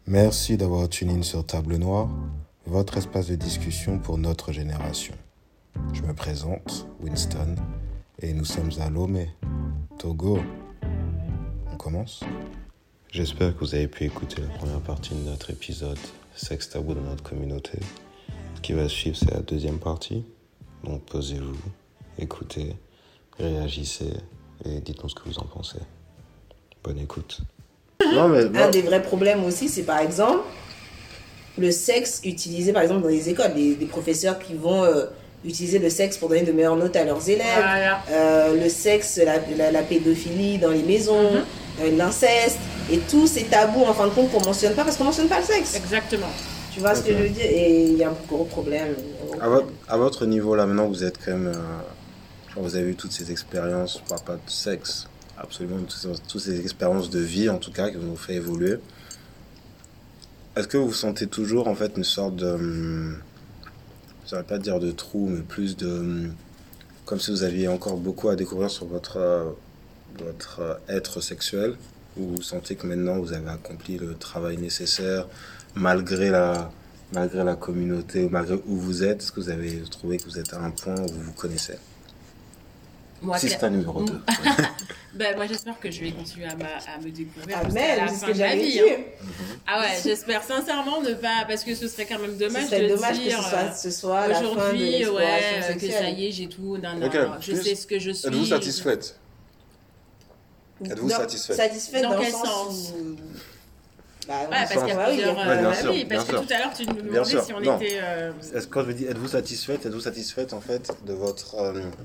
Merci d'avoir tuné in sur Table Noire, votre espace de discussion pour notre génération. Je me présente, Winston, et nous sommes à Lomé, Togo. On commence ? J'espère que vous avez pu écouter la première partie de notre épisode Sexe tabou dans notre communauté. Ce qui va suivre, c'est la deuxième partie. Donc posez-vous, écoutez, réagissez et dites-nous ce que vous en pensez. Bonne écoute. Un des vrais problèmes aussi, c'est par exemple le sexe utilisé par exemple dans les écoles, des professeurs qui vont utiliser le sexe pour donner de meilleures notes à leurs élèves, le sexe, la pédophilie dans les maisons, l'inceste, et tous ces tabous en fin de compte qu'on ne mentionne pas parce qu'on ne mentionne pas le sexe. Exactement. Tu vois ce que je veux dire? Et il y a un gros problème. À votre niveau là, maintenant vous êtes quand même... vous avez eu toutes ces expériences, pas de sexe, absolument toutes ces expériences de vie en tout cas qui vous ont fait évoluer. Est-ce que vous sentez toujours en fait une sorte de... je ne vais pas dire de trou, mais plus de... comme si vous aviez encore beaucoup à découvrir sur votre être sexuel, ou vous sentez que maintenant vous avez accompli le travail nécessaire malgré la communauté, ou malgré où vous êtes? Est-ce que vous avez trouvé que vous êtes à un point où vous vous connaissez? Moi, si c'est un numéro 2. Moi, j'espère que je vais continuer à me découvrir Amen, jusqu'à la c'est ce fin que de ma j'allais vie. dire. Ah ouais, j'espère sincèrement ne pas... Parce que ce serait quand même dommage de dommage dire que ce soit la fin de aujourd'hui, l'exploration que sexuelle. ça y est, j'ai tout. Non, Okay. je sais ce que je suis. Êtes-vous satisfaite? Êtes-vous satisfaite? Satisfaite Dans dans le quel sens sens? où... Parce qu'il y a plusieurs... bien sûr, oui, parce que bien tout à l'heure, tu nous Bien demandais sûr, si on non. était... Est-ce que quand je dis êtes-vous satisfaite en fait de votre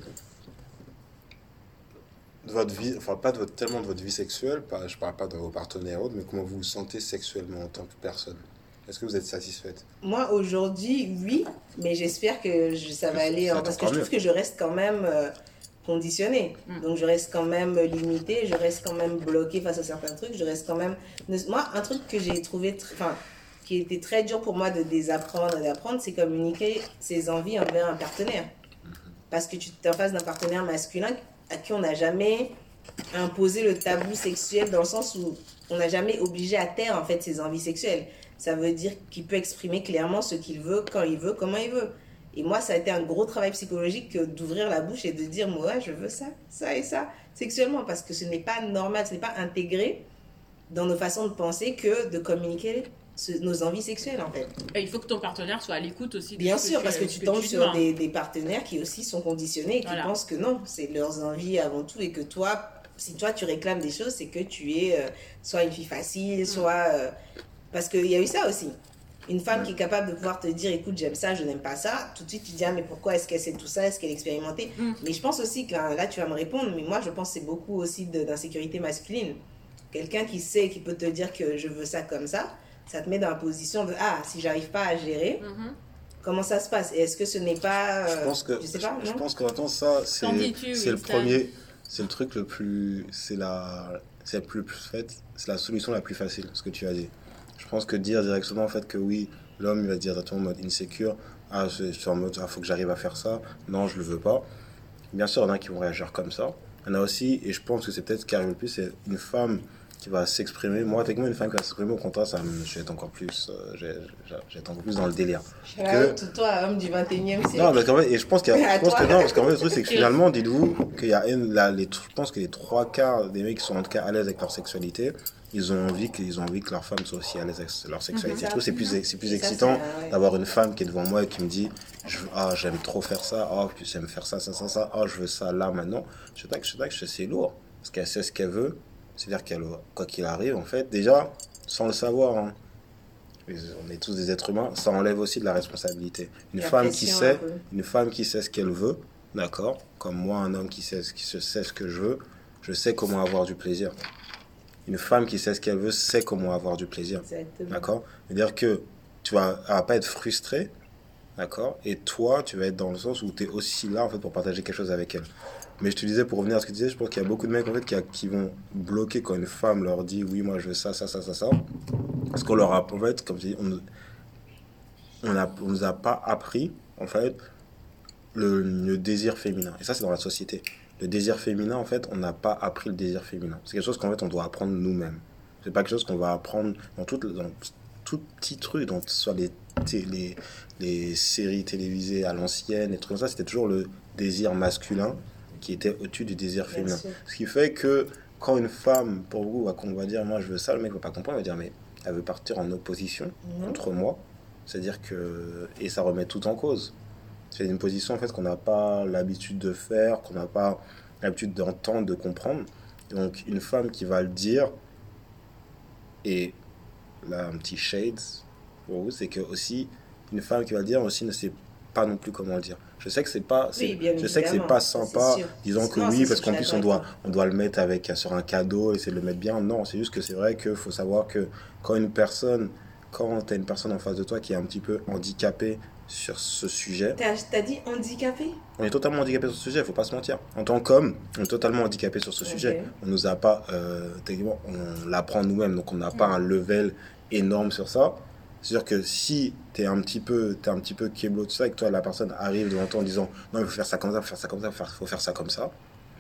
vie, enfin pas tellement de votre vie sexuelle, je parle pas de vos partenaires autres, mais comment vous vous sentez sexuellement en tant que personne? Est-ce que vous êtes satisfaite? Moi, aujourd'hui, oui, mais j'espère que ça va aller, parce que je trouve que je reste quand même conditionnée. Donc, je reste quand même limitée, je reste quand même bloquée face à certains trucs, je reste quand même... Moi, un truc que j'ai trouvé, qui était très dur pour moi de désapprendre et d'apprendre, c'est communiquer ses envies envers un partenaire. Parce que tu t'es en face d'un partenaire masculin à qui on n'a jamais imposé le tabou sexuel, dans le sens où on n'a jamais obligé à taire en fait ses envies sexuelles. Ça veut dire qu'il peut exprimer clairement ce qu'il veut, quand il veut, comment il veut. Et moi, ça a été un gros travail psychologique d'ouvrir la bouche et de dire, moi, je veux ça, ça et ça, sexuellement, parce que ce n'est pas normal, ce n'est pas intégré dans nos façons de penser que de communiquer nos envies sexuelles, en fait. Et il faut que ton partenaire soit à l'écoute aussi. Bien sûr, parce que tu tombes sur demandes. des partenaires qui aussi sont conditionnés et qui pensent que non, c'est leurs envies avant tout, et que toi, si toi tu réclames des choses, c'est que tu es soit une fille facile, soit... parce qu'il y a eu ça aussi. Une femme qui est capable de pouvoir te dire, écoute, j'aime ça, je n'aime pas ça, tout de suite tu dis, ah, mais pourquoi est-ce qu'elle sait tout ça, est-ce qu'elle est expérimentée? Mais je pense aussi que là tu vas me répondre, mais moi je pense que c'est beaucoup aussi d'insécurité masculine. Quelqu'un qui sait, qui peut te dire que je veux ça comme ça te met dans la position de, ah, si j'arrive pas à gérer, comment ça se passe? Et est-ce que ce n'est pas... je pense que, je sais pas, je pense qu'en même temps, ça, c'est le premier, c'est le truc le plus, c'est la solution la plus facile, ce que tu as dit. Je pense que dire directement en fait que oui, l'homme il va dire directement en mode insécure, ah je suis en mode ah faut que j'arrive à faire ça, non je le veux pas. Bien sûr il y en a qui vont réagir comme ça. Il y en a aussi, et je pense que c'est peut-être ce qui arrive le plus, c'est une femme qui va s'exprimer. Moi techniquement une femme qui va s'exprimer, au contraire ça je vais être encore plus dans le délire. Toi homme du 21e siècle. Non parce qu'en fait, et je pense que non, parce qu'en fait le truc c'est que finalement dites-vous qu'il y a je pense que les 3/4 des mecs qui sont en tout cas à l'aise avec leur sexualité, ils ont envie que leur femme soit aussi à l'aise avec leur sexualité. Je trouve que c'est plus excitant d'avoir une femme qui est devant moi et qui me dit j'aime trop faire ça, j'aime faire ça, je veux ça là maintenant. Je sais que c'est lourd parce qu'elle sait ce qu'elle veut, c'est-à-dire qu'elle, quoi qu'il arrive en fait, déjà sans le savoir, hein, on est tous des êtres humains, ça enlève aussi de la responsabilité. Une femme qui sait ce qu'elle veut, d'accord, comme moi un homme qui sait ce que je veux, je sais comment avoir du plaisir. Une femme qui sait ce qu'elle veut sait comment avoir du plaisir. Exactement. D'accord? C'est-à-dire que elle va pas être frustrée, d'accord? Et toi, tu vas être dans le sens où tu es aussi là en fait pour partager quelque chose avec elle. Mais je te disais, pour revenir à ce que tu disais, je pense qu'il y a beaucoup de mecs en fait qui vont bloquer quand une femme leur dit oui, moi je veux ça. Parce qu'on leur a, en fait, comme je dis, on nous a pas appris en fait le désir féminin. Et ça, c'est dans la société. Le désir féminin, en fait, on n'a pas appris le désir féminin. C'est quelque chose qu'en fait, on doit apprendre nous-mêmes. C'est pas quelque chose qu'on va apprendre tout petit truc, donc soit les séries télévisées à l'ancienne, et trucs comme ça, c'était toujours le désir masculin qui était au-dessus du désir féminin. Ce qui fait que quand une femme, pour vous, on va dire, moi je veux ça, le mec va pas comprendre, il va dire, mais elle veut partir en opposition contre moi. C'est-à-dire que... Et ça remet tout en cause. C'est une position, en fait, qu'on n'a pas l'habitude de faire, qu'on n'a pas l'habitude d'entendre, de comprendre. Donc, une femme qui va le dire, et là, un petit shade pour vous, c'est que aussi, une femme qui va le dire aussi ne sait pas non plus comment le dire. Je sais que c'est pas, je sais que c'est pas sympa, disons que oui, parce qu'en plus on doit le mettre sur un cadeau, essayer de le mettre bien. Non, c'est juste que c'est vrai qu'il faut savoir que quand tu as une personne en face de toi qui est un petit peu handicapée sur ce sujet. T'as dit handicapé ? On est totalement handicapé sur ce sujet, il ne faut pas se mentir. En tant qu'homme, on est totalement handicapé sur ce sujet. On nous a pas, techniquement, on l'apprend nous-mêmes, donc on n'a pas un level énorme sur ça. C'est-à-dire que si t'es un petit peu kéblo de ça et que toi, la personne arrive devant toi en disant « Non, il faut faire ça comme ça, il faut faire ça comme ça, il faut faire ça comme ça »,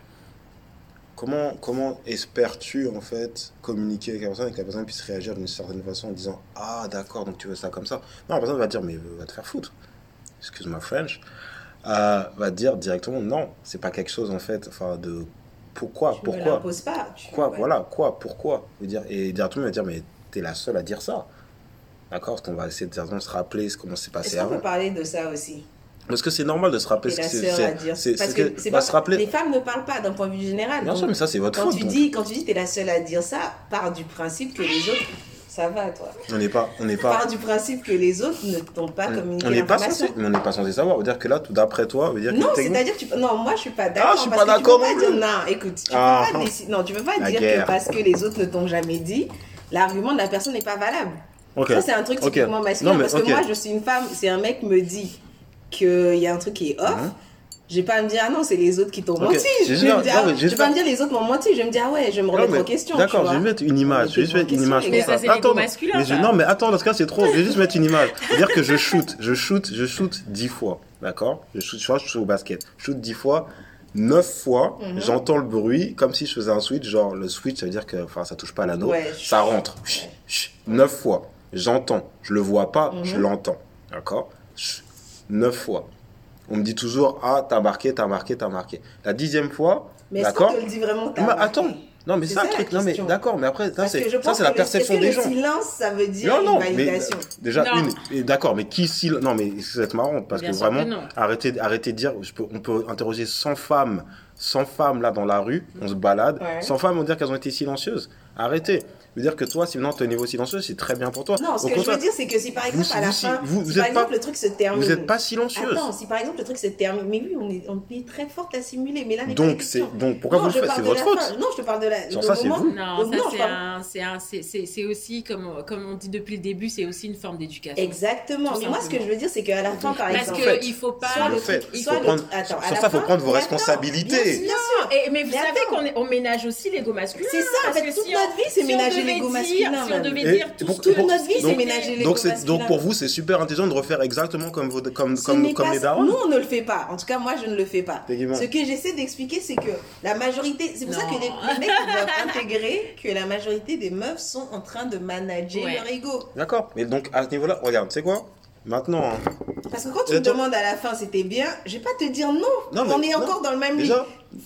comment espères-tu, en fait, communiquer avec la personne et que la personne puisse réagir d'une certaine façon en disant « Ah, d'accord, donc tu veux ça comme ça ». Non, la personne va dire « Mais va te faire foutre ». Excuse my French. Va te dire directement « Non, c'est pas quelque chose, en fait, enfin, de... Pourquoi ?» Tu ne l'imposes pas. Pourquoi Et directement, il va dire « Mais t'es la seule à dire ça ». D'accord, parce qu'on va essayer de se rappeler comment c'est passé avant. Est-ce qu'on peut parler de ça aussi ? Parce que c'est normal de se rappeler ce que c'est. Parce que c'est pas, se rappeler... Les femmes ne parlent pas d'un point de vue général. Bien sûr, mais ça, c'est votre faute. Quand tu dis que tu es la seule à dire ça, part du principe que les autres... Ça va, toi. On n'est pas... Part du principe que les autres ne t'ont pas communiqué l'information. Mais on n'est pas censé savoir. Veut dire que là, tout d'après toi... Veut dire non, c'est-à-dire que non, moi, je suis pas d'accord. Je suis pas d'accord. Non, écoute, tu peux pas dire que parce que les autres ne t'ont jamais dit, l'argument de la personne n'est pas valable. Okay. Ça, c'est un truc typiquement masculin. Parce que moi, je suis une femme, si un mec me dit qu'il y a un truc qui est off, je vais pas me dire, ah non, c'est les autres qui t'ont menti. Je vais pas me dire, les autres m'ont menti. Je vais me dire, ah ouais, je vais me remettre en question. D'accord, je vais mettre une image. Mais ça, c'est l'ego masculin. Non, mais attends, dans ce cas, c'est trop. Je vais juste mettre une image. C'est-à-dire que je shoot 10 fois. D'accord ? Je shoot au basket. Je shoot 10 fois. 9 fois, j'entends le bruit comme si je faisais un switch. Genre, le switch, ça veut dire que ça touche pas à l'anneau. Ça rentre. 9 fois. J'entends, je le vois pas, je l'entends, d'accord ? 9 fois. On me dit toujours, ah, t'as marqué. La 10e fois, mais d'accord ? Mais est-ce qu'on te le dit vraiment, mais attends, non, mais c'est ça le truc, non, mais d'accord, mais après, ça, c'est la perception des gens. Le silence, ça veut dire une validation. Mais, déjà, d'accord, mais qui silence ? Non, mais c'est marrant, parce que vraiment, arrêtez de dire, on peut interroger 100 femmes là dans la rue, on se balade, 100 femmes vont dire qu'elles ont été silencieuses. Arrêtez. Je veux dire que toi, si maintenant tu es au niveau silencieux, c'est très bien pour toi. Non, ce que je veux dire, c'est que si par exemple, à la fin, le truc se termine. Vous n'êtes pas silencieuse. Attends, si par exemple le truc se termine. Mais oui, on est très forte à simuler. Mais là, donc pourquoi vous le faites ? C'est votre faute. Non, je te parle de la. Sur ça, c'est vous. Non, c'est aussi, comme on dit depuis le début, c'est aussi une forme d'éducation. Exactement. Mais moi, ce que je veux dire, c'est qu'à la fin, par exemple. Parce qu'il ne faut pas. Sur ça, il faut prendre vos responsabilités. Bien sûr. Mais vous savez qu'on ménage aussi l'ego masculin. C'est ça, en fait, toute notre vie, c'est ménager l'ego masculin. Si on devait dire toute notre vie, c'est ménager l'ego masculin. Donc pour vous, c'est super intelligent de refaire exactement comme les darons. Nous, on ne le fait pas. En tout cas, moi, je ne le fais pas. Ce que j'essaie d'expliquer, c'est que la majorité, c'est pour ça que les mecs doivent intégrer que la majorité des meufs sont en train de manager leur ego. D'accord. Mais donc à ce niveau-là, regarde, tu sais quoi ? Maintenant. Parce que quand tu me demandes à la fin c'était bien, je vais pas te dire non. On est encore dans le même lit.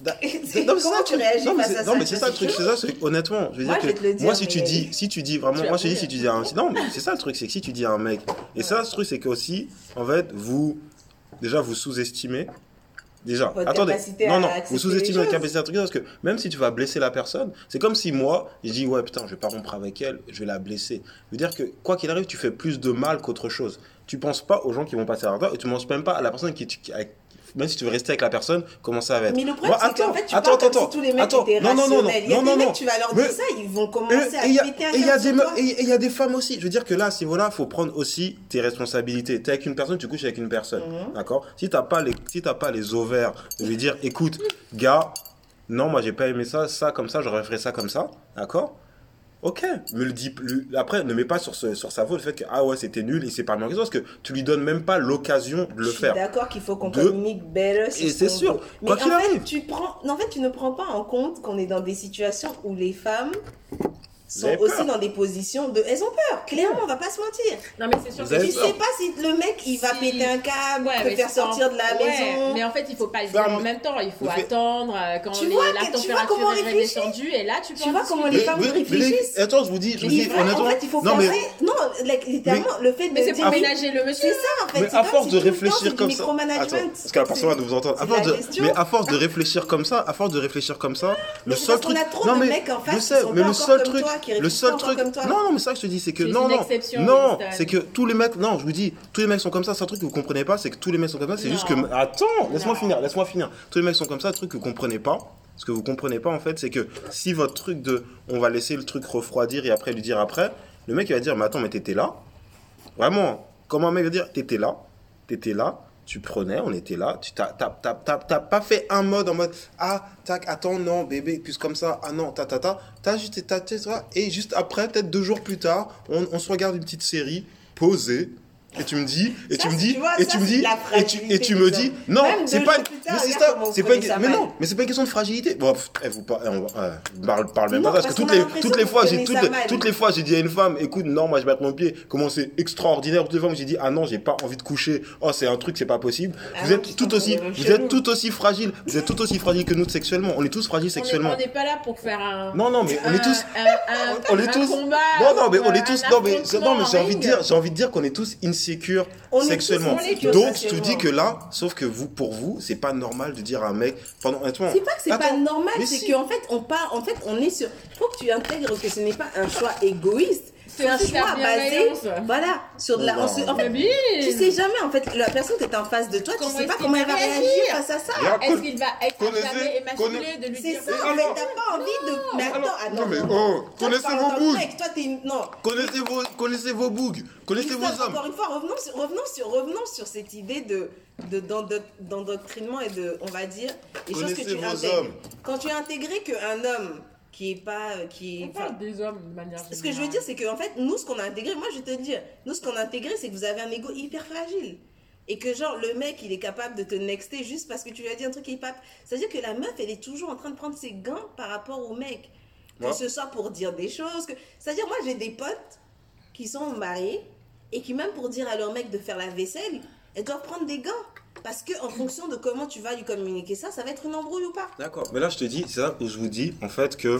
Comment tu réagis face à ça ? Non, mais c'est ça le truc. C'est ça, honnêtement. Je veux dire que moi, si tu dis vraiment, moi, je dis si tu dis un. Non, mais c'est ça le truc, c'est que si tu dis à un mec. Et ça, ce truc, c'est qu'aussi, en fait, vous sous-estimez. Déjà, attendez, vous sous-estimez la capacité à truc parce que même si tu vas blesser la personne, c'est comme si moi, je dis ouais putain, je vais pas rompre avec elle, je vais la blesser. Je veux dire que quoi qu'il arrive, tu fais plus de mal qu'autre chose. Tu penses pas aux gens qui vont passer à toi et tu penses même pas à la personne même si tu veux rester avec la personne, comment ça va être. Mais le problème, c'est qu'en fait, tu parles comme si tous les mecs étaient rationnels. Il y a des mecs, tu vas leur dire ça, ils vont commencer à péter un câble sur toi. Et il y a des femmes aussi. Je veux dire que là, si voilà, faut prendre aussi tes responsabilités. T'es avec une personne, tu couches avec une personne. D'accord ? Si t'as pas les ovaires de lui dire, écoute, gars, non, moi, j'ai pas aimé ça comme ça, j'aurais fait ça comme ça. D'accord ? Ok, me le dis après, ne mets pas sur sa faute le fait que ah ouais c'était nul et c'est pas mal parce que tu lui donnes même pas l'occasion de le faire. Je suis d'accord qu'il faut qu'on communique better. Et c'est sûr. Mais en fait, tu ne prends pas en compte qu'on est dans des situations où les femmes sont aussi dans des positions de... Elles ont peur, clairement, on va pas se mentir. Non, mais c'est sûr que tu sais pas si le mec, il va péter un câble, te faire sortir de la maison. Mais en fait, il faut pas le dire en même temps. Il faut attendre quand la température est redescendue. Et là, tu vois comment les femmes réfléchissent. Attends, je vous dis honnêtement... En fait, il faut penser... Non, littéralement, le fait de... Mais c'est pour ménager le monsieur. C'est ça, en fait. Mais à force de réfléchir comme ça... Attends, parce que la personne va nous entendre. Mais à force de réfléchir comme ça, le seul truc... On a trop de mecs en face qui sont mais pas le seul comme truc, toi, qui réfléchissent pas comme toi. non, mais ça que je te dis, c'est que c'est que tous les mecs, non, je vous dis, tous les mecs sont comme ça. C'est un truc que vous comprenez pas, c'est que tous les mecs sont comme ça. C'est juste que, attends, laisse-moi finir. Tous les mecs sont comme ça. Le truc que vous comprenez pas, ce que vous comprenez pas en fait, c'est que si votre truc de, on va laisser le truc refroidir et après lui dire après, le mec il va dire, mais attends, mais t'étais là, vraiment. Comment un mec va dire, t'étais là. Tu prenais, on était là, tu t'as pas fait un mode en mode ah tac attends non bébé plus comme ça ah non t'as juste et juste après peut-être 2 jours plus tard on se regarde une petite série posée et tu me dis non c'est pas mais c'est ça c'est pas mais non mais c'est pas une question de fragilité bon parle même pas parce que toutes les fois j'ai dit à une femme écoute non moi je vais mettre mon pied comment c'est extraordinaire toutes les fois où j'ai dit ah non j'ai pas envie de coucher oh c'est un truc c'est pas possible vous êtes tout aussi fragile que nous sexuellement on est tous fragiles sexuellement on n'est pas là pour faire un non mais on est tous combat non mais on est tous non mais j'ai envie de dire qu'on est tous insécure sexuellement. Donc tu dis que là, sauf que pour vous, c'est pas normal de dire à un mec honnêtement. C'est pas que c'est pas normal, c'est qu'en fait on est sur. Faut que tu intègres que ce n'est pas un choix égoïste. C'est un choix basé, voilà, sur de la. En fait, tu sais jamais en fait la personne qui est en face de toi, tu sais pas comment elle va réagir face à ça. Est-ce qu'il va être jamais émasculé de lui dire ça? En fait, t'as pas envie de. Mais attends. Non mais connaissez vos bougs. Connaissez vos bougs. Connaissez vos hommes. Encore une fois, revenons sur cette idée d'endoctrinement et de, on va dire, les choses que tu intègres. Quand tu as intégré qu'un homme on parle des hommes de manière générale. Ce que je veux dire, c'est qu'en fait, nous, ce qu'on a intégré, moi, je vais te dire, nous, ce qu'on a intégré, c'est que vous avez un ego hyper fragile. Et que, genre, le mec, il est capable de te nexter juste parce que tu lui as dit un truc qui est pas... C'est-à-dire que la meuf, elle est toujours en train de prendre ses gants par rapport au mec. Que ce soit pour dire des choses. C'est-à-dire, moi, j'ai des potes qui sont mariés et qui, même pour dire à leur mec de faire la vaisselle, elles doivent prendre des gants. Parce qu'en fonction de comment tu vas lui communiquer ça va être une embrouille ou pas. D'accord, mais là je te dis, c'est ça où je vous dis en fait que,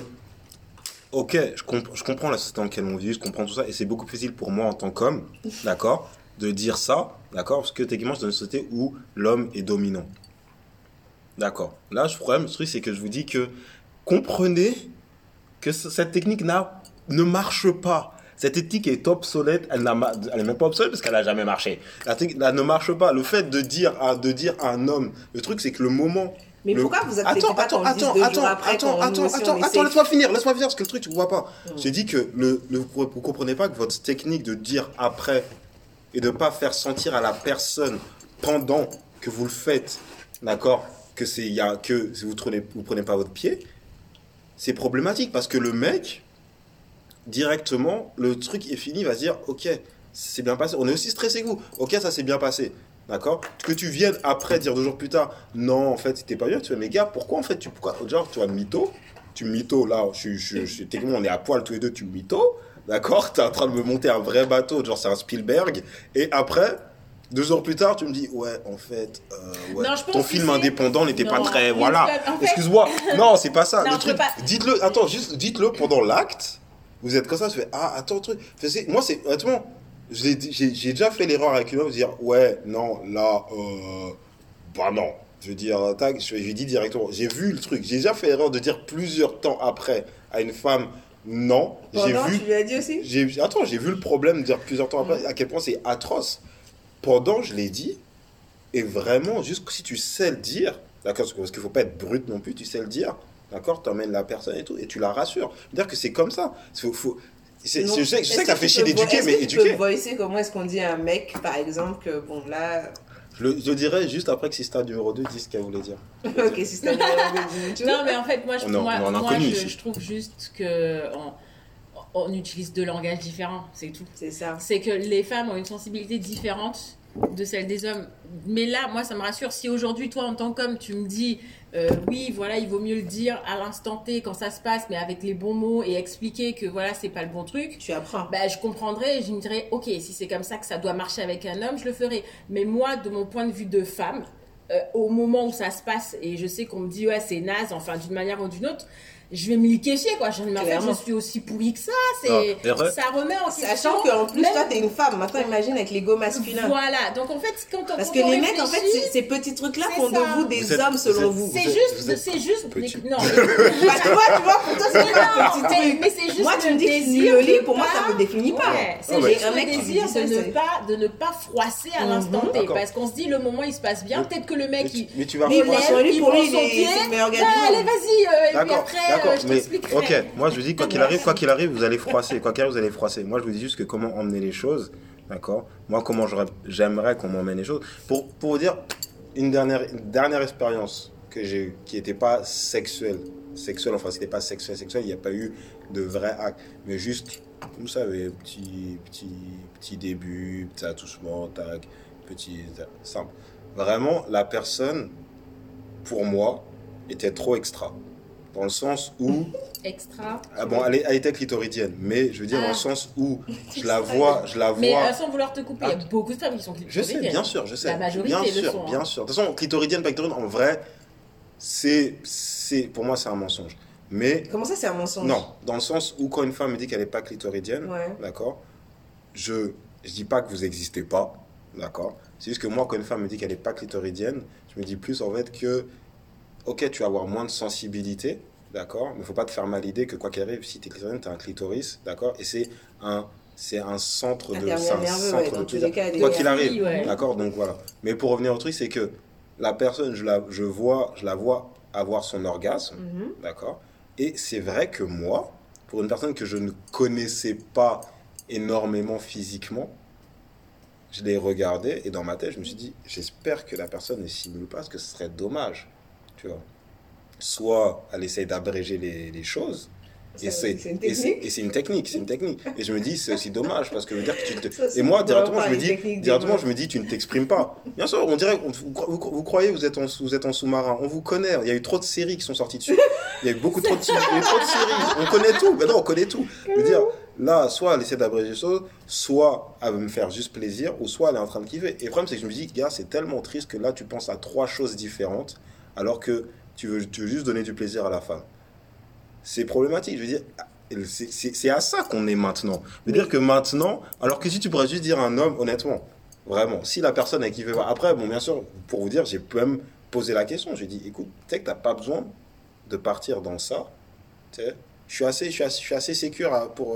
ok, je comprends la société dans laquelle on vit, je comprends tout ça, et c'est beaucoup plus facile pour moi en tant qu'homme, d'accord, de dire ça, d'accord, parce que techniquement je suis dans une société où l'homme est dominant. D'accord, là le problème, le truc c'est que je vous dis que, comprenez que cette technique ne marche pas. Cette éthique est obsolète, elle est même pas obsolète parce qu'elle n'a jamais marché. La technique ne marche pas. Le fait de dire à un homme, le truc c'est que le moment... Mais pourquoi vous acceptez pas qu'on dise 2 jours après laisse-moi finir parce que le truc tu ne vois pas. J'ai dit que vous comprenez pas que votre technique de dire après et de pas faire sentir à la personne pendant que vous le faites, d'accord, que si vous prenez pas votre pied, c'est problématique parce que le mec... directement, le truc est fini, il va se dire ok, c'est bien passé, on est aussi stressé que vous, ok, ça s'est bien passé, d'accord, que tu viennes après dire 2 jours plus tard, non, en fait, c'était pas bien, tu fais, mais gars, pourquoi en fait, tu vas mytho, là, techniquement, on est à poil tous les deux, tu mytho, d'accord, t'es en train de me monter un vrai bateau, genre c'est un Spielberg, et après, 2 jours plus tard, tu me dis, ouais, en fait, non, ton film indépendant n'était pas très, voilà, excuse-moi, non, c'est pas ça, le truc, dites-le, attends, juste dites-le pendant l'acte. Vous êtes comme ça, je fais ah attends truc. Moi c'est honnêtement, j'ai déjà fait l'erreur avec une meuf de dire ouais non là bah non. Je veux dire tac, je lui dis directement. J'ai vu le truc. J'ai déjà fait l'erreur de dire plusieurs temps après à une femme non. Tu lui as dit aussi. J'ai vu le problème de dire plusieurs temps après à quel point c'est atroce. Pendant je l'ai dit et vraiment juste si tu sais le dire, d'accord, parce qu'il faut pas être brut non plus, tu sais le dire. D'accord, t'emmènes la personne et tout, et tu la rassures. Dire que c'est comme ça. Je sais que ça fait chier d'éduquer, mais éduquer. Tu peux voicer comment est-ce qu'on dit à un mec, par exemple, que bon là... Je dirais juste après que Sista numéro 2 dise ce qu'elle voulait dire. Ok, Sista numéro 2 dit. Non, mais en fait, moi je trouve juste qu'on utilise 2 langages différents, c'est tout. C'est ça. C'est que les femmes ont une sensibilité différente de celle des hommes. Mais là, moi, ça me rassure. Si aujourd'hui, toi, en tant qu'homme, tu me dis, oui, voilà, il vaut mieux le dire à l'instant T quand ça se passe, mais avec les bons mots et expliquer que voilà, c'est pas le bon truc. Tu apprends. Bah, je comprendrais et je me dirais, ok, si c'est comme ça que ça doit marcher avec un homme, je le ferai. Mais moi, de mon point de vue de femme, au moment où ça se passe, et je sais qu'on me dit, ouais, c'est naze, enfin, d'une manière ou d'une autre, je vais me liquéfier, quoi. Je suis aussi pourrie que ça. Ça remet en question. Sachant qu'en plus, toi, t'es une femme. Maintenant, imagine avec l'ego masculin. Voilà. Donc, en fait, parce que les mecs, en fait, ces petits trucs-là font de vous des hommes, selon vous. C'est juste. Non. Tu vois, pour toi, c'est pas un petit truc. Mais c'est juste. Moi, tu me dis que le lit, pour moi, ça me définit pas. C'est juste le désir de ne pas froisser à l'instant T. Parce qu'on se dit, le moment, il se passe bien. Peut-être que le mec, mais tu vas pour lui, c'est le meilleur gars du monde. Allez, vas-y. Et puis après. Je t'expliquerai. Ok, moi je vous dis, quoi qu'il arrive, vous allez froisser. Quoi qu'il arrive, vous allez froisser. Moi je vous dis juste que comment emmener les choses, d'accord. Moi, comment j'aimerais qu'on m'emmène les choses. Pour vous dire, une dernière expérience que j'ai eue, qui n'était pas sexuelle, enfin, c'était pas sexuel, il n'y a pas eu de vrai acte, mais juste, vous savez, petit début, petit attouchement, tac, simple. Vraiment, la personne, pour moi, était trop extra. Dans le sens où... Extra. Ah bon, elle était clitoridienne, mais je veux dire dans le sens où je la vois... Mais sans vouloir te couper, il y a beaucoup de femmes qui sont clitoridiennes. Je sais, bien sûr, je sais. La majorité le sont. Bien sûr. De toute façon, clitoridienne, pas clitoridienne, en vrai, pour moi, c'est un mensonge. Mais... Comment ça, c'est un mensonge? Non, dans le sens où quand une femme me dit qu'elle n'est pas clitoridienne, d'accord, je dis pas que vous n'existez pas, d'accord. C'est juste que moi, quand une femme me dit qu'elle n'est pas clitoridienne, je me dis plus en fait que... Ok, tu vas avoir moins de sensibilité, d'accord, mais il ne faut pas te faire mal l'idée que quoi qu'il arrive, si tu es clitoridienne, tu as un clitoris, d'accord, et c'est un centre de plaisir, quoi qu'il arrive, d'accord, donc voilà. Mais pour revenir au truc, c'est que la personne, je la vois avoir son orgasme, d'accord, et c'est vrai que moi, pour une personne que je ne connaissais pas énormément physiquement, je l'ai regardée et dans ma tête, je me suis dit, j'espère que la personne ne simule pas, parce que ce serait dommage. Tu vois. Soit elle essaye d'abréger les choses, et c'est une technique. Et je me dis, c'est aussi dommage, parce que je veux dire que et moi, directement, je me dis, tu ne t'exprimes pas. Bien sûr, on dirait, vous croyez, vous êtes en sous-marin, on vous connaît, il y a eu trop de séries qui sont sorties dessus, il y a eu beaucoup trop de séries, on connaît tout, ben non, on connaît tout. Je veux dire, là, soit elle essaie d'abréger les choses, soit elle veut me faire juste plaisir, ou soit elle est en train de kiffer. Et le problème, c'est que je me dis, gars, c'est tellement triste que là, tu penses à 3 choses différentes, alors que tu veux juste donner du plaisir à la femme. C'est problématique, je veux dire, c'est à ça qu'on est maintenant. Je veux dire que maintenant, alors que si tu pourrais juste dire à un homme, honnêtement, vraiment, si la personne a kiffé, après, bon, bien sûr, pour vous dire, j'ai même posé la question, j'ai dit, écoute, tu sais que t'as pas besoin de partir dans ça, tu sais, je suis assez sécure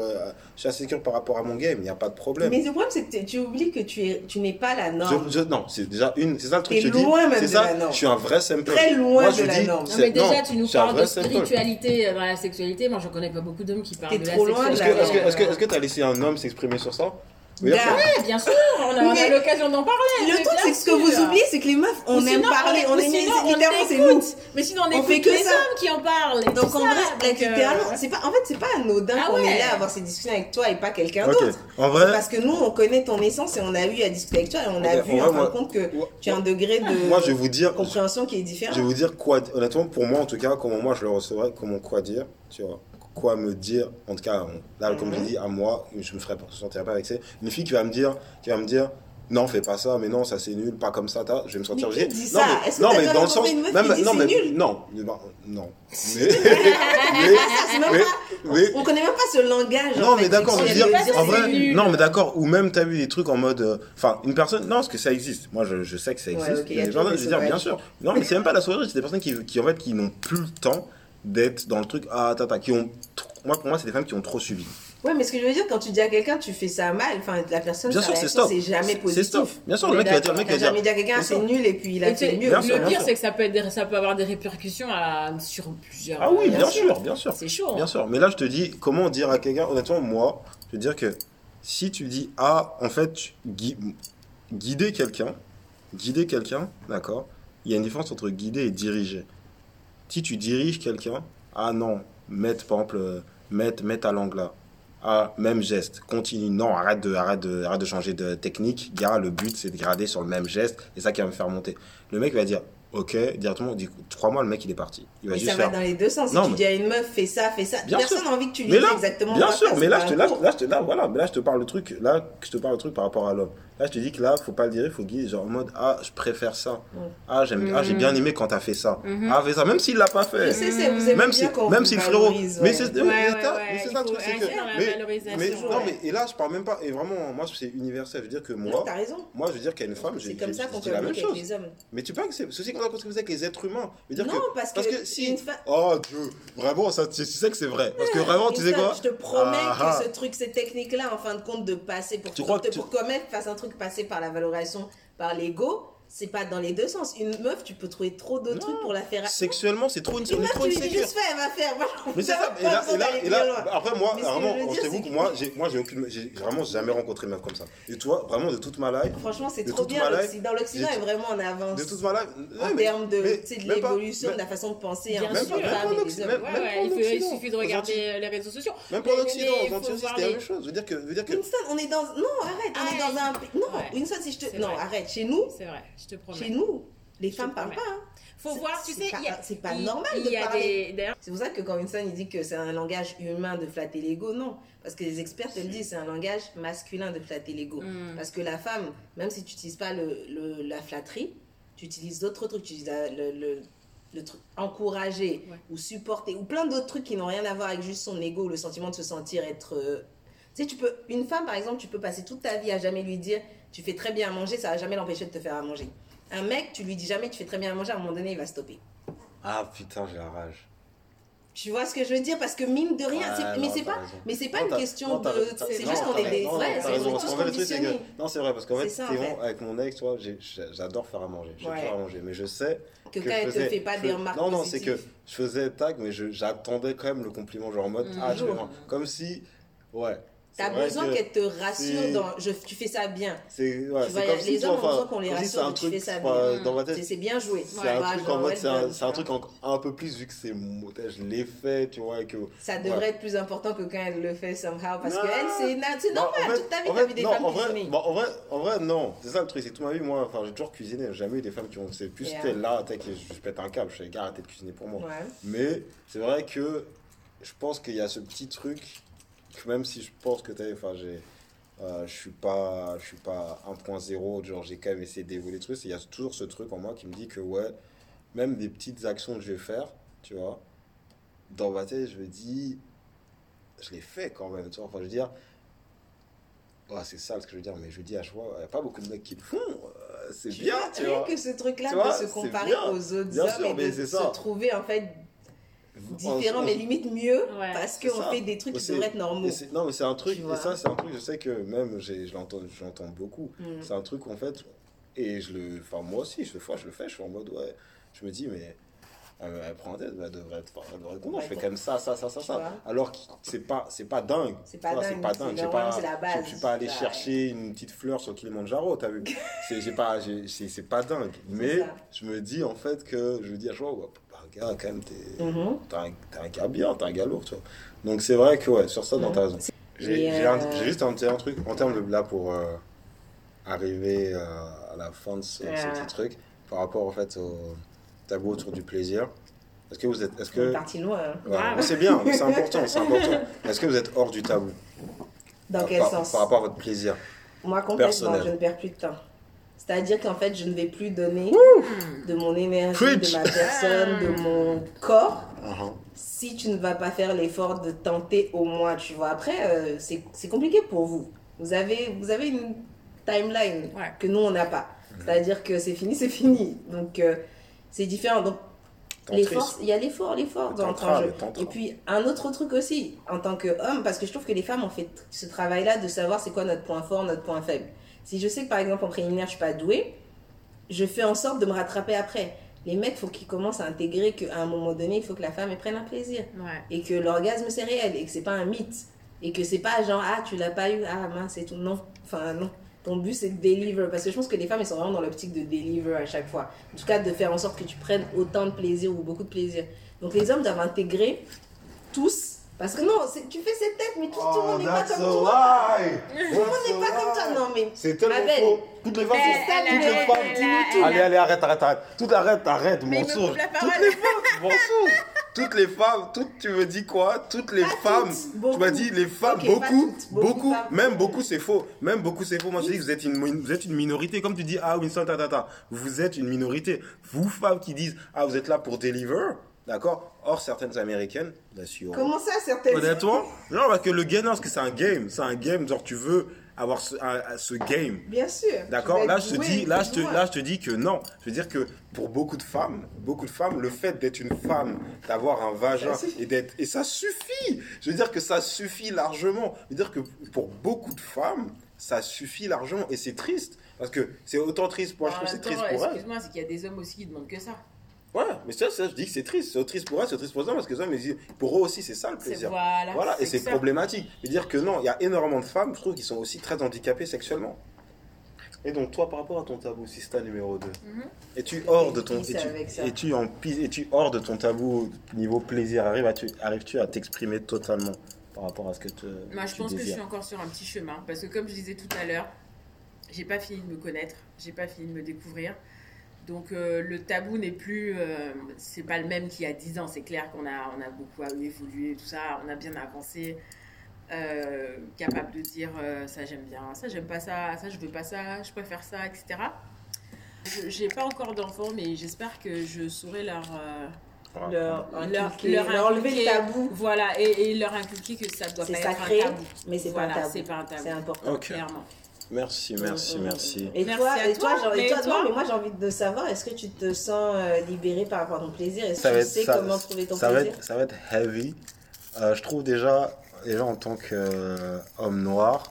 par rapport à mon game, il n'y a pas de problème. Mais le problème, c'est que tu oublies que tu n'es pas la norme. Non, c'est déjà c'est ça le truc que je dis. Loin même c'est de ça, la norme. Je suis un vrai simple. Très loin de la norme. Non, mais déjà, tu nous parles de spiritualité dans la sexualité. Moi, je ne connais pas beaucoup d'hommes qui parlent de la sexualité. Est-ce que tu as laissé un homme s'exprimer sur ça? Oui, bien sûr, on a l'occasion d'en parler. Le truc, c'est que ce que vous oubliez, c'est que les meufs, on aime parler, on aime littéralement, c'est nous. Mais sinon, on écoute que les hommes qui en parlent. Donc en vrai, littéralement, c'est pas anodin qu'on est là à avoir ces discussions avec toi et pas quelqu'un d'autre. En vrai, parce que nous, on connaît ton essence et on a eu à discuter avec toi et on a vu en fin de compte que tu as un degré de compréhension qui est différent. Je vais vous dire quoi, honnêtement, pour moi en tout cas, comment moi je le recevrais, comment quoi dire, tu vois. Quoi me dire, en tout cas, là, comme je dis, à moi, je me sentirais pas vexé. Une fille qui va me dire, non, fais pas ça, mais non, ça c'est nul, pas comme ça, je vais me sentir obligé. Non, mais dans le sens, on connaît même pas ce langage. Non, mais d'accord, je veux dire, en vrai, non, mais d'accord, ou même t'as vu des trucs en mode, enfin, une personne, non, parce que ça existe. Moi, je sais que ça existe. Je veux dire, bien sûr. Non, mais c'est même pas la sauvagerie, c'est des personnes qui en fait, qui n'ont plus le temps d'être dans le truc, pour moi, c'est des femmes qui ont trop subi. Ouais, mais ce que je veux dire, quand tu dis à quelqu'un, tu fais ça mal, enfin, la personne, bien sa sûr, réaction, c'est jamais positif. C'est stop. Bien sûr, le mec va dire, jamais dit à quelqu'un, c'est nul, et puis il a fait mieux. Le pire, c'est que ça peut avoir des répercussions sur plusieurs... Ah oui, bien sûr. C'est chaud. Bien sûr, mais là, je te dis, comment dire à quelqu'un, honnêtement, moi, je veux dire que si tu dis, en fait, guider quelqu'un, d'accord, il y a une différence entre guider et diriger. Si tu diriges quelqu'un, non, par exemple, mettre à l'angle là. Ah, même geste, continue, non, arrête de changer de technique, gars, le but c'est de garder sur le même geste, et ça qui va me faire monter. Le mec va dire, ok, directement, 3 mois, le mec il est parti. Il va mais juste ça faire... va dans les deux sens. Si tu dis à une meuf, fais ça, bien personne n'a envie que tu lui dises exactement. Bien sûr, mais là, je te parle le truc, par rapport à l'homme. Là, je te dis que là, faut pas le dire, il faut guider, genre en mode, ah, je préfère ça. Ah, j'ai bien aimé quand t'as fait ça. Ah, fais ça, même s'il l'a pas fait. Je sais, vous aimez bien qu'on même si le frérot. Mais c'est ça le le truc, c'est que. Non, mais et là, je parle même pas. Et vraiment, moi, c'est universel. Je veux dire que moi. Non, t'as raison. Moi, je veux dire qu'à une femme, c'est comme ça qu'on peut la même chose. avec les hommes. Mais tu penses que c'est aussi qu'on a construit avec les êtres humains. Non, parce que si. Oh Dieu, vraiment, ça, tu sais que c'est vrai. Parce que vraiment, tu sais quoi. Je te promets que ce truc, cette technique-là, en fin de compte, de passer pour qu'un mec fasse un truc passer par la valorisation, par l'ego, c'est pas dans les deux sens. Une meuf, tu peux trouver trop d'autres trucs pour la faire. Sexuellement, c'est trop une sécurité. Une meuf, tu lui dis juste fais, elle va faire. Mais c'est ça. Et là, après, moi, vraiment, je t'avoue que moi, j'ai vraiment jamais rencontré une meuf comme ça. Et toi, vraiment, de toute ma life. Franchement, c'est trop bien. Dans l'Occident, est vraiment en avance. De toute ma life. En termes de l'évolution, de la façon de penser. Bien sûr. Il suffit de regarder les réseaux sociaux. Même pour l'Occident, c'était la même chose. Je veux dire que. Winston, on est dans. Non, arrête. On est dans un. Non, Winston, si je te. Non, arrête. Chez nous. C'est vrai. Je te promets. Chez nous, les femmes parlent pas. Faut voir, tu sais, c'est pas normal de parler. C'est pour ça que quand Winston il dit que c'est un langage humain de flatter l'ego, non. Parce que les experts te le disent, c'est un langage masculin de flatter l'ego. Parce que la femme, même si tu n'utilises pas la flatterie, tu utilises d'autres trucs. Tu utilises le truc encourager ou supporter ou plein d'autres trucs qui n'ont rien à voir avec juste son ego ou le sentiment de se sentir être... Tu sais, une femme, par exemple, tu peux passer toute ta vie à jamais lui dire tu fais très bien à manger, ça va jamais l'empêcher de te faire à manger. Un mec, tu lui dis jamais tu fais très bien à manger, à un moment donné, il va stopper. Ah putain, j'ai la rage. Tu vois ce que je veux dire? Parce que mine de rien, mais c'est pas une question de... C'est juste qu'on est des... Ouais, c'est tous conditionnés. Non, c'est vrai, parce qu'en fait, avec mon ex, tu vois, j'adore faire à manger. J'aime faire à manger, mais je sais... Que quand elle te fait pas des remarques positives. Non, c'est que je faisais tag, mais j'attendais quand même le compliment, genre en mode... Ah, tu vois, comme si... Ouais. T'as besoin qu'elle te rassure dans tu fais ça bien. C'est comme les hommes ont besoin qu'on les rassure tu fais ça bien. Dans ma tête, c'est bien joué. C'est un truc en mode c'est un truc un peu plus vu que c'est je l'ai fait, tu vois, que ça devrait être plus important que quand elle le fait somehow parce que elle c'est normal toute ta vie t'as vu des femmes cuisiner. En vrai non, c'est ça le truc, c'est que toute ma vie moi j'ai toujours cuisiné, j'ai jamais eu des femmes qui ont c'est plus là que je pète un câble, je fais gars arrêtez de cuisiner pour moi. Mais c'est vrai que je pense qu'il y a ce petit truc même si je pense que je suis pas 1.0, genre j'ai quand même essayé d'évoluer le truc, il y a toujours ce truc en moi qui me dit que ouais, même des petites actions que je vais faire, tu vois, dans ma tête je me dis je l'ai fait quand même, tu vois, enfin je veux dire c'est ça ce que je veux dire, mais je dis à chaque fois, il n'y a pas beaucoup de mecs qui le font, c'est bien, tu vois. Que ce truc là de se comparer aux autres hommes et de se trouver en fait différent mais limite mieux parce qu'on fait des trucs qui devraient être normaux. Non mais c'est un truc, et ça c'est un truc je sais que même je l'entends beaucoup, c'est un truc en fait, et moi aussi je le fais, je suis en mode je me dis mais elle prend la tête, elle devrait être contente, je fais comme ça, alors que c'est pas dingue, c'est pas dingue, je suis pas allé chercher une petite fleur sur Kilimanjaro, t'as vu, c'est pas dingue, mais je me dis en fait que je me dis à chaque fois gars, quand même, t'es un gars bien, t'es un gars lourd, tu vois. Donc c'est vrai que sur ça, t'as raison. J'ai juste un truc en termes de là pour arriver à la fin de ce petit truc par rapport en fait au tabou autour du plaisir. Est-ce que on est parti loin. C'est bien, c'est important. Est-ce que vous êtes hors du tabou? Dans quel sens? Par rapport à votre plaisir. Moi complètement, je ne perds plus de temps. C'est-à-dire qu'en fait, je ne vais plus donner de mon énergie, de ma personne, de mon corps, si tu ne vas pas faire l'effort de tenter au moins, tu vois. Après, c'est compliqué pour vous. Vous avez une timeline que nous, on n'a pas. C'est-à-dire que c'est fini. Donc, c'est différent. Donc, il y a l'effort dans le jeu. Et puis, un autre truc aussi, en tant qu'homme, parce que je trouve que les femmes ont fait ce travail-là de savoir c'est quoi notre point fort, notre point faible. Si je sais que par exemple en préliminaire je suis pas douée, je fais en sorte de me rattraper après. Les mecs, il faut qu'ils commencent à intégrer qu'à un moment donné, il faut que la femme prenne un plaisir. Et que l'orgasme c'est réel et que c'est pas un mythe. Et que c'est pas genre tu l'as pas eu, mince c'est tout. Non, non. Ton but c'est de deliver. Parce que je pense que les femmes elles sont vraiment dans l'optique de deliver à chaque fois. En tout cas de faire en sorte que tu prennes autant de plaisir ou beaucoup de plaisir. Donc les hommes doivent intégrer tous Parce que non, tu fais cette tête, mais tout le monde n'est pas comme toi. Tout le monde n'est pas comme toi. Non, mais. C'est tellement faux. Toutes les femmes, toutes les femmes. Allez, arrête. Arrête, mensonge. Toutes les femmes, tu me dis quoi? Toutes les femmes. Tu m'as dit les femmes, beaucoup. Même beaucoup, c'est faux. Moi, je dis que vous êtes une minorité. Comme tu dis, Winston, vous êtes une minorité. Vous, femmes qui disent, vous êtes là pour deliver. D'accord? Or, certaines américaines, bien sûr. Comment ça, certaines? Honnêtement, non, parce que le game, non, parce que c'est un game. C'est un game, genre, tu veux avoir ce game. Bien sûr. D'accord? Là, je te dis que non. Je veux dire que pour beaucoup de femmes, le fait d'être une femme, d'avoir un vagin et ça suffit. Je veux dire que ça suffit largement. Je veux dire que pour beaucoup de femmes, ça suffit largement. Et c'est triste. Parce que c'est autant triste pour moi, je trouve que c'est triste pour elles. Excuse-moi, c'est qu'il y a des hommes aussi qui demandent que ça. Ouais, mais ça, je dis que c'est triste. C'est triste pour eux, c'est triste pour eux, parce que ça, mais pour eux aussi, c'est ça le plaisir. Voilà, et c'est problématique. Je veux dire que non, il y a énormément de femmes, je trouve, qui sont aussi très handicapées sexuellement. Et donc, toi, par rapport à ton tabou, Sista numéro 2, es-tu hors de ton tabou niveau plaisir? Arrives-tu à t'exprimer totalement par rapport à ce que tu Moi, je pense que je suis encore sur un petit chemin. Parce que, comme je disais tout à l'heure, j'ai pas fini de me connaître, j'ai pas fini de me découvrir. Donc le tabou n'est plus, c'est pas le même qu'il y a 10 ans. C'est clair qu'on a beaucoup évolué, tout ça, on a bien avancé, capable de dire ça j'aime bien, ça j'aime pas ça, ça je veux pas ça, je préfère ça, etc. J'ai pas encore d'enfants, mais j'espère que je saurai leur enlever le tabou. Voilà, et leur inculquer que ça doit pas sacré, être un tabou. Mais c'est pas un tabou. C'est pas un tabou. C'est important. Clairement. Merci. Et merci toi, non, mais moi j'ai envie de savoir, est-ce que tu te sens libéré par rapport à ton plaisir? Est-ce que tu sais comment trouver ton plaisir? Ça va être heavy. Je trouve déjà en tant qu'homme noir,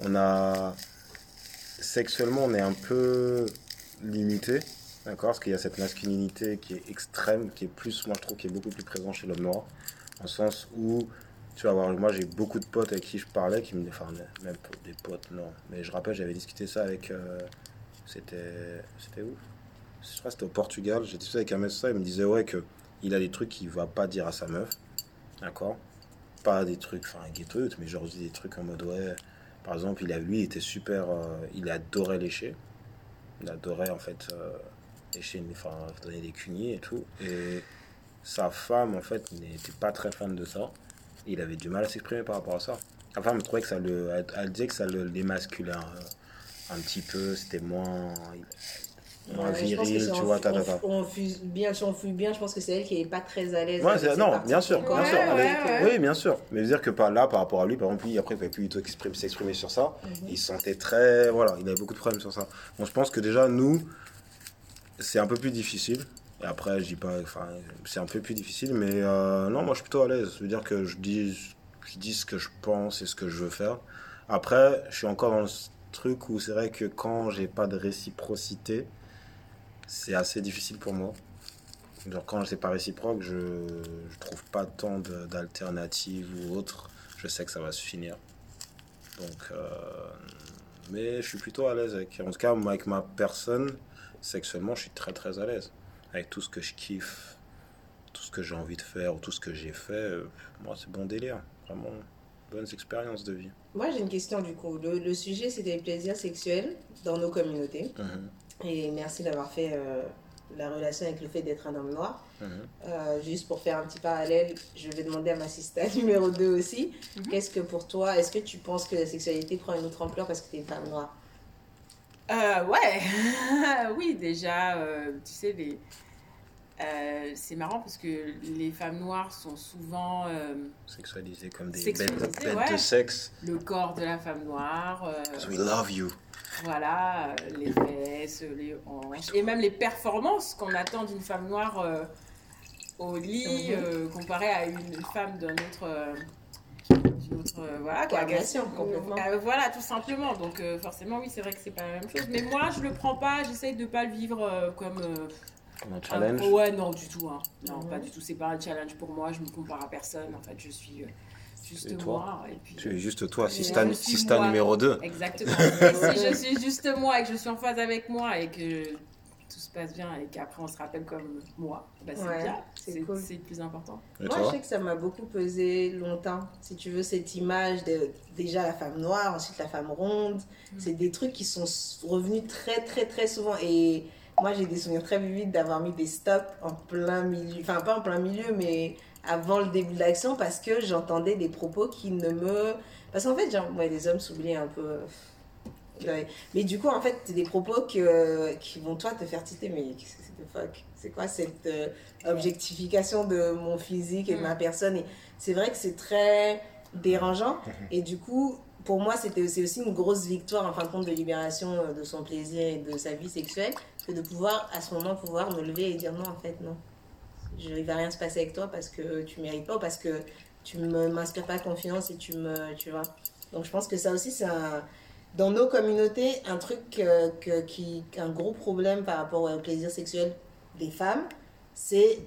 sexuellement on est un peu limité, d'accord? Parce qu'il y a cette masculinité qui est extrême, qui est plus, moi je trouve, qui est beaucoup plus présent chez l'homme noir, en sens où tu vas voir, moi j'ai beaucoup de potes avec qui je parlais qui me disaient, enfin même des potes, non, mais je rappelle, j'avais discuté ça avec, c'était où? Je crois que c'était au Portugal, j'ai discuté avec un mec, ça, il me disait qu'il a des trucs qu'il va pas dire à sa meuf, d'accord? Pas des trucs, gueteux, mais genre des trucs en mode, par exemple, lui, il était super, il adorait lécher, il adorait en fait lécher, donner des cugnets et tout, et sa femme en fait n'était pas très fan de ça. Il avait du mal à s'exprimer par rapport à ça. La femme trouvait que elle disait que ça l'émasculait un petit peu, c'était moins viril, tu vois. Si on fuit bien, je pense que c'est elle qui est pas très à l'aise. Non, bien sûr. Oui, bien sûr. Mais dire que par rapport à lui, par exemple, après, il ne pouvait plus du tout s'exprimer sur ça. Il se sentait très. Voilà, il avait beaucoup de problèmes sur ça. Donc, je pense que déjà, nous, c'est un peu plus difficile. Et après, je dis pas, c'est un peu plus difficile, mais non, moi je suis plutôt à l'aise. Je veux dire que je dis ce que je pense et ce que je veux faire. Après, je suis encore dans ce truc où c'est vrai que quand j'ai pas de réciprocité, c'est assez difficile pour moi. Genre quand c'est pas réciproque, je trouve pas tant d'alternatives ou autres. Je sais que ça va se finir. Donc, mais je suis plutôt à l'aise avec. En tout cas, moi, avec ma personne, sexuellement, je suis très très à l'aise. Avec tout ce que je kiffe, tout ce que j'ai envie de faire, ou tout ce que j'ai fait, moi c'est bon délire, vraiment bonnes expériences de vie. Moi j'ai une question du coup, le sujet c'était les plaisirs sexuels dans nos communautés, et merci d'avoir fait la relation avec le fait d'être un homme noir. Juste pour faire un petit parallèle, je vais demander à ma sista numéro 2 aussi, qu'est-ce que pour toi, est-ce que tu penses que la sexualité prend une autre ampleur parce que tu es une femme noire? Oui, déjà, tu sais, c'est marrant parce que les femmes noires sont souvent sexualisées comme des bêtes de sexe. Le corps de la femme noire. Because we love you. Voilà, les fesses, les hanches, et même les performances qu'on attend d'une femme noire au lit, comparée à une femme d'une autre coagulation complètement. Voilà, tout simplement. Donc forcément, oui, c'est vrai que c'est pas la même chose. Mais moi, je le prends pas. J'essaye de pas le vivre comme un challenge. Non, du tout. Non, pas du tout. C'est pas un challenge pour moi. Je me compare à personne. En fait, je suis juste moi. Et puis, tu es juste toi, Sista numéro 2. Exactement. Et si je suis juste moi et que je suis en phase avec moi et que tout se passe bien et qu'après on se rappelle comme moi, bah c'est Ouais, bien, c'est cool. C'est le plus important. Moi, je sais que ça m'a beaucoup pesé longtemps. Si tu veux, cette image de déjà la femme noire, ensuite la femme ronde, c'est des trucs qui sont revenus très, très, très souvent. Et moi, j'ai des souvenirs très vivides d'avoir mis des stops en plein milieu, enfin, pas en plein milieu, mais avant le début de l'action, parce que j'entendais des propos qui ne me. Parce qu'en fait, genre, ouais, les hommes s'oublient un peu. Ouais. Mais du coup, en fait, c'est des propos qui vont, toi, te faire titer. Mais c'est the fuck? C'est quoi cette objectification de mon physique et de ma personne? Et c'est vrai que c'est très dérangeant. Et du coup, pour moi, c'est aussi une grosse victoire, en fin de compte, de libération de son plaisir et de sa vie sexuelle, que de pouvoir, à ce moment, pouvoir me lever et dire non, en fait, non. Il ne va rien se passer avec toi parce que tu ne mérites pas, ou parce que tu ne m'inspires pas confiance et tu vois. Donc, je pense que ça aussi, c'est dans nos communautés, un truc un gros problème par rapport au plaisir sexuel des femmes, c'est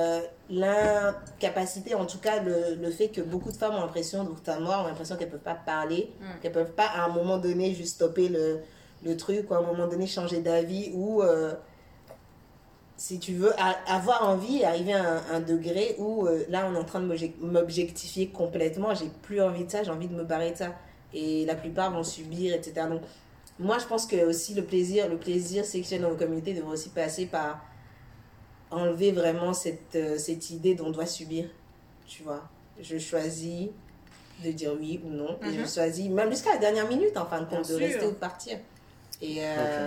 l'incapacité, en tout cas le fait que beaucoup de femmes ont l'impression, donc femmes noires ont l'impression qu'elles ne peuvent pas parler, qu'elles ne peuvent pas à un moment donné juste stopper le truc, ou à un moment donné changer d'avis, ou si tu veux avoir envie et arriver à un degré où là on est en train de m'objectifier complètement, j'ai plus envie de ça, j'ai envie de me barrer de ça. Et la plupart vont subir, etc. Donc, moi, je pense que aussi le plaisir sexuel dans nos communautés devrait aussi passer par enlever vraiment cette idée dont on doit subir. Tu vois, je choisis de dire oui ou non. Et je choisis, même jusqu'à la dernière minute, en fin de compte, de rester ou de partir. Et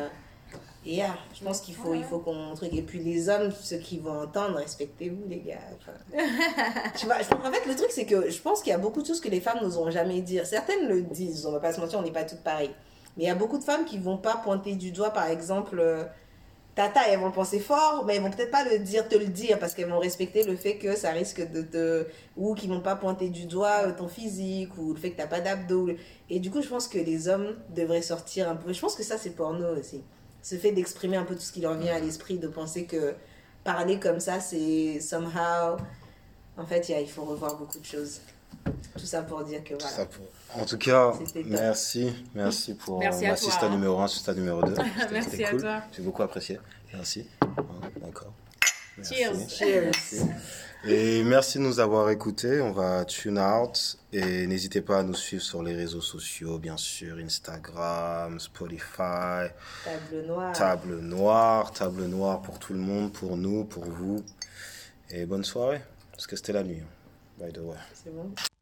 je pense qu'il faut qu'on truc. Et puis les hommes, ceux qui vont entendre, respectez-vous les gars. Enfin, tu vois, en fait le truc c'est que je pense qu'il y a beaucoup de choses que les femmes n'oseront jamais dire. Certaines le disent, on va pas se mentir, on n'est pas toutes pareilles. Mais il y a beaucoup de femmes qui vont pas pointer du doigt, par exemple, ta taille, elles vont le penser fort, mais elles vont peut-être pas te le dire parce qu'elles vont respecter le fait que ça risque ou qu'ils vont pas pointer du doigt ton physique ou le fait que t'as pas d'abdos. Et du coup, je pense que les hommes devraient sortir un peu. Je pense que ça c'est porno aussi. Ce fait d'exprimer un peu tout ce qui leur vient à l'esprit, de penser que parler comme ça, c'est somehow... En fait, il faut revoir beaucoup de choses. Tout ça pour dire que voilà. En tout cas, merci pour l'assistant numéro 1, assistant numéro 2. Merci à cool. toi. J'ai beaucoup apprécié. Merci. D'accord. Cheers. Et merci de nous avoir écoutés. On va tune out. Et n'hésitez pas à nous suivre sur les réseaux sociaux, bien sûr. Instagram, Spotify. Table noire pour tout le monde, pour nous, pour vous. Et bonne soirée. Parce que c'était la nuit. By the way. C'est bon.